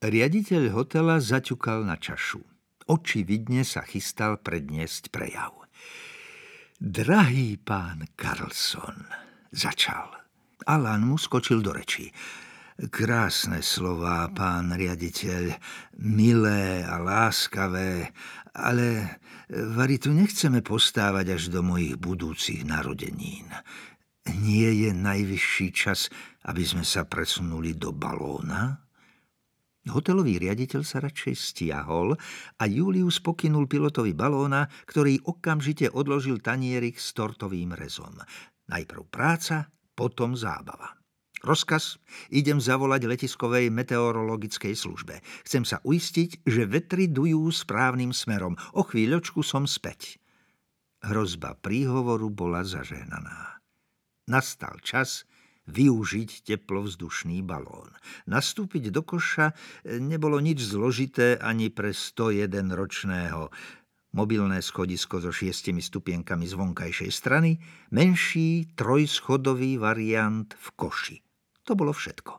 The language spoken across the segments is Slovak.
Riaditeľ hotela zaťukal na čašu. Očividne sa chystal predniesť prejav. Drahý pán Carlson, začal. Alan mu skočil do rečí. Krásne slová, pán riaditeľ, milé a láskavé, ale vari tu nechceme postávať až do mojich budúcich narodenín. Nie je najvyšší čas, aby sme sa presunuli do balóna? Hotelový riaditeľ sa radšej stiahol a Julius pokynul pilotovi balóna, ktorý okamžite odložil tanierik s tortovým rezom. Najprv práca, potom zábava. Rozkaz, idem zavolať letiskovej meteorologickej službe. Chcem sa uistiť, že vetry dujú správnym smerom. O chvíľočku som späť. Hrozba príhovoru bola zažehnaná. Nastal čas využiť teplovzdušný balón. Nastúpiť do koša nebolo nič zložité ani pre 101-ročného. Mobilné schodisko so 6 stupienkami z vonkajšej strany, menší trojschodový variant v koši. To bolo všetko.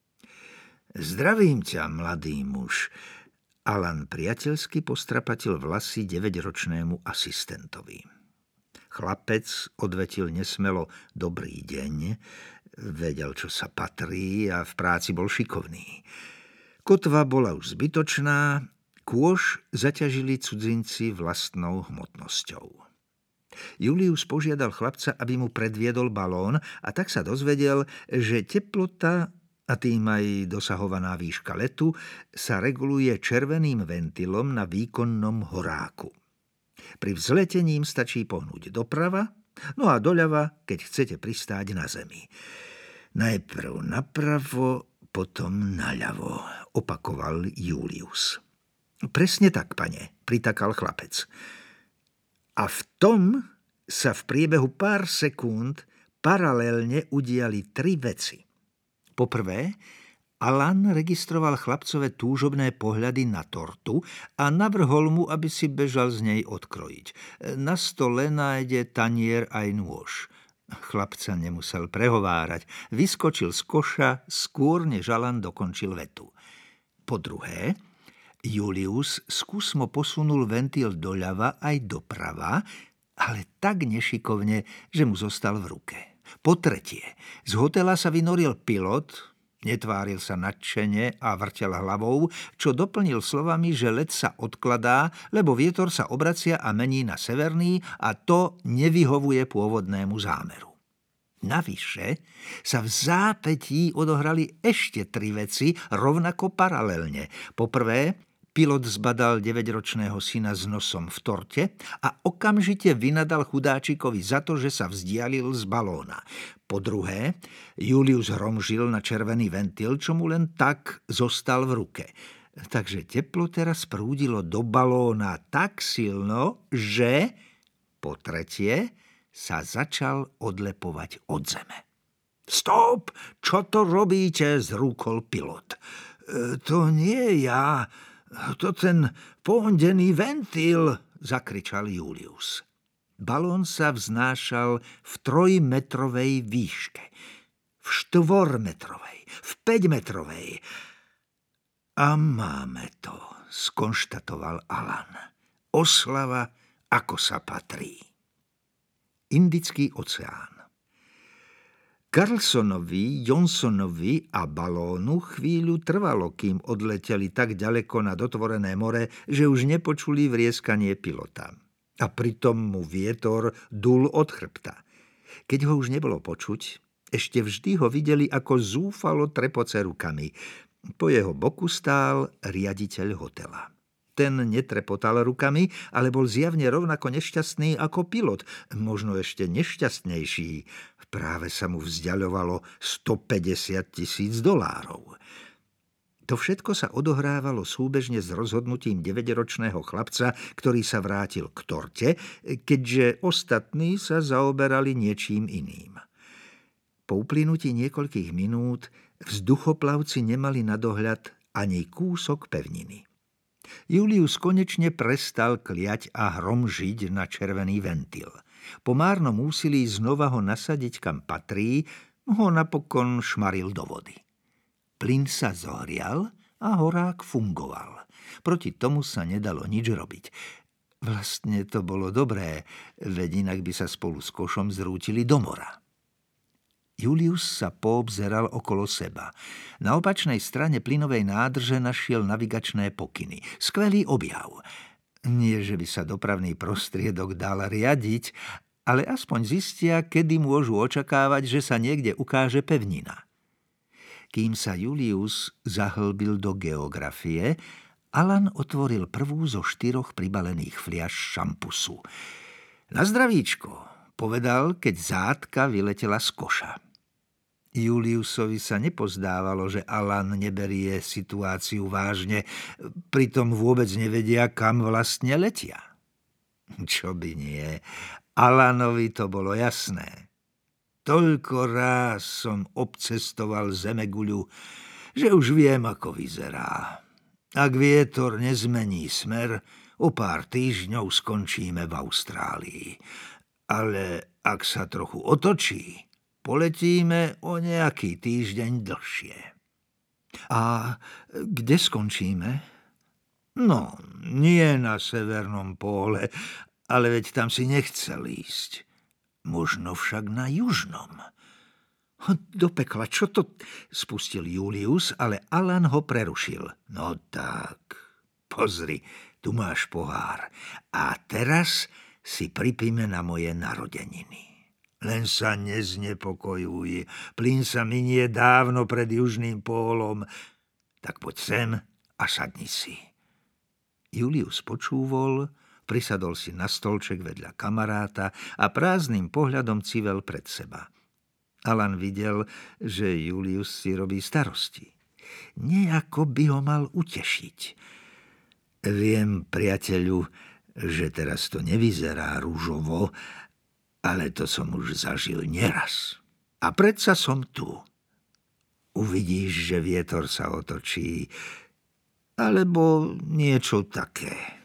Zdravím ťa, mladý muž. Alan priateľsky postrapatil vlasy 9-ročnému asistentovi. Chlapec odvetil nesmelo dobrý deň, vedel, čo sa patrí a v práci bol šikovný. Kotva bola už zbytočná, kôš zaťažili cudzinci vlastnou hmotnosťou. Julius požiadal chlapca, aby mu predviedol balón a tak sa dozvedel, že teplota a tým aj dosahovaná výška letu sa reguluje červeným ventilom na výkonnom horáku. Pri vzletení stačí pohnúť doprava, no a doľava, keď chcete pristáť na zemi. Najprv napravo, potom naľavo, opakoval Julius. Presne tak, pane, pritakal chlapec. A v tom sa v priebehu pár sekúnd paralelne udiali 3 veci. Poprvé, Alan registroval chlapcové túžobné pohľady na tortu a navrhol mu, aby si bežal z nej odkrojiť. Na stole nájde tanier aj nôž. Chlapca nemusel prehovárať. Vyskočil z koša skôr, než Alan dokončil vetu. Po druhé, Julius skúsmo posunul ventil doľava aj doprava, ale tak nešikovne, že mu zostal v ruke. Po tretie, z hotela sa vynoril pilot, netváril sa nadšene a vrtel hlavou, čo doplnil slovami, že let sa odkladá, lebo vietor sa obracia a mení na severný a to nevyhovuje pôvodnému zámeru. Navyše sa v zápätí odohrali ešte 3 veci rovnako paralelne. Poprvé, pilot zbadal 9-ročného syna s nosom v torte a okamžite vynadal chudáčikovi za to, že sa vzdialil z balóna. Po druhé, Julius hromžil na červený ventil, čo mu len tak zostal v ruke. Takže teplo teraz prúdilo do balóna tak silno, že po tretie sa začal odlepovať od zeme. Stop! Čo to robíte? Zrúkol pilot. To nie ja. To ten pohndený ventil, zakričal Julius. Balón sa vznášal v 3-metrovej výške, v 4-metrovej, v 5-metrovej. A máme to, skonštatoval Alan. Oslava, ako sa patrí. Indický oceán. Carlsonovi, Johnsonovi a balónu chvíľu trvalo, kým odleteli tak ďaleko nad otvorené more, že už nepočuli vrieskanie pilota. A pritom mu vietor dul od chrbta. Keď ho už nebolo počuť, ešte vždy ho videli, ako zúfalo trepoce rukami. Po jeho boku stál riaditeľ hotela. Ten netrepotal rukami, ale bol zjavne rovnako nešťastný ako pilot, možno ešte nešťastnejší. Práve sa mu vzdiaľovalo $150,000. To všetko sa odohrávalo súbežne s rozhodnutím 9-ročného chlapca, ktorý sa vrátil k torte, keďže ostatní sa zaoberali niečím iným. Po uplynutí niekoľkých minút vzduchoplavci nemali na dohľad ani kúsok pevniny. Julius konečne prestal kliať a hromžiť na červený ventil. Po márnom úsilí znova ho nasadiť, kam patrí, ho napokon šmaril do vody. Plyn sa zohrial a horák fungoval. Proti tomu sa nedalo nič robiť. Vlastne to bolo dobré, veď inak by sa spolu s košom zrútili do mora. Julius sa poobzeral okolo seba. Na opačnej strane plynovej nádrže našiel navigačné pokyny. Skvelý objav. Nie, že by sa dopravný prostriedok dal riadiť, ale aspoň zistia, kedy môžu očakávať, že sa niekde ukáže pevnina. Kým sa Julius zahlbil do geografie, Alan otvoril prvú zo 4 pribalených fliaš šampusu. Na zdravíčko, povedal, keď zátka vyletela z koša. Juliusovi sa nepozdávalo, že Alan neberie situáciu vážne, pritom vôbec nevedia, kam vlastne letia. Čo by nie, Alanovi to bolo jasné. Toľko ráz som obcestoval zemeguľu, že už viem, ako vyzerá. Ak vietor nezmení smer, o pár týždňov skončíme v Austrálii. Ale ak sa trochu otočí, poletíme o nejaký týždeň dlhšie. A kde skončíme? No, nie na severnom póle, ale veď tam si nechcel ísť. Možno však na južnom. Do pekla, čo to? Spustil Julius, ale Alan ho prerušil. No tak, pozri, tu máš pohár. A teraz si pripíme na moje narodeniny. Len sa neznepokojuj, plyn sa minie dávno pred južným pólom. Tak poď sem a sadni si. Julius počúvol, prisadol si na stolček vedľa kamaráta a prázdnym pohľadom civel pred seba. Alan videl, že Julius si robí starosti. Nejako by ho mal utešiť. Viem, priateľu, že teraz to nevyzerá ružovo, ale to som už zažil neraz. A predsa som tu. Uvidíš, že vietor sa otočí, alebo niečo také.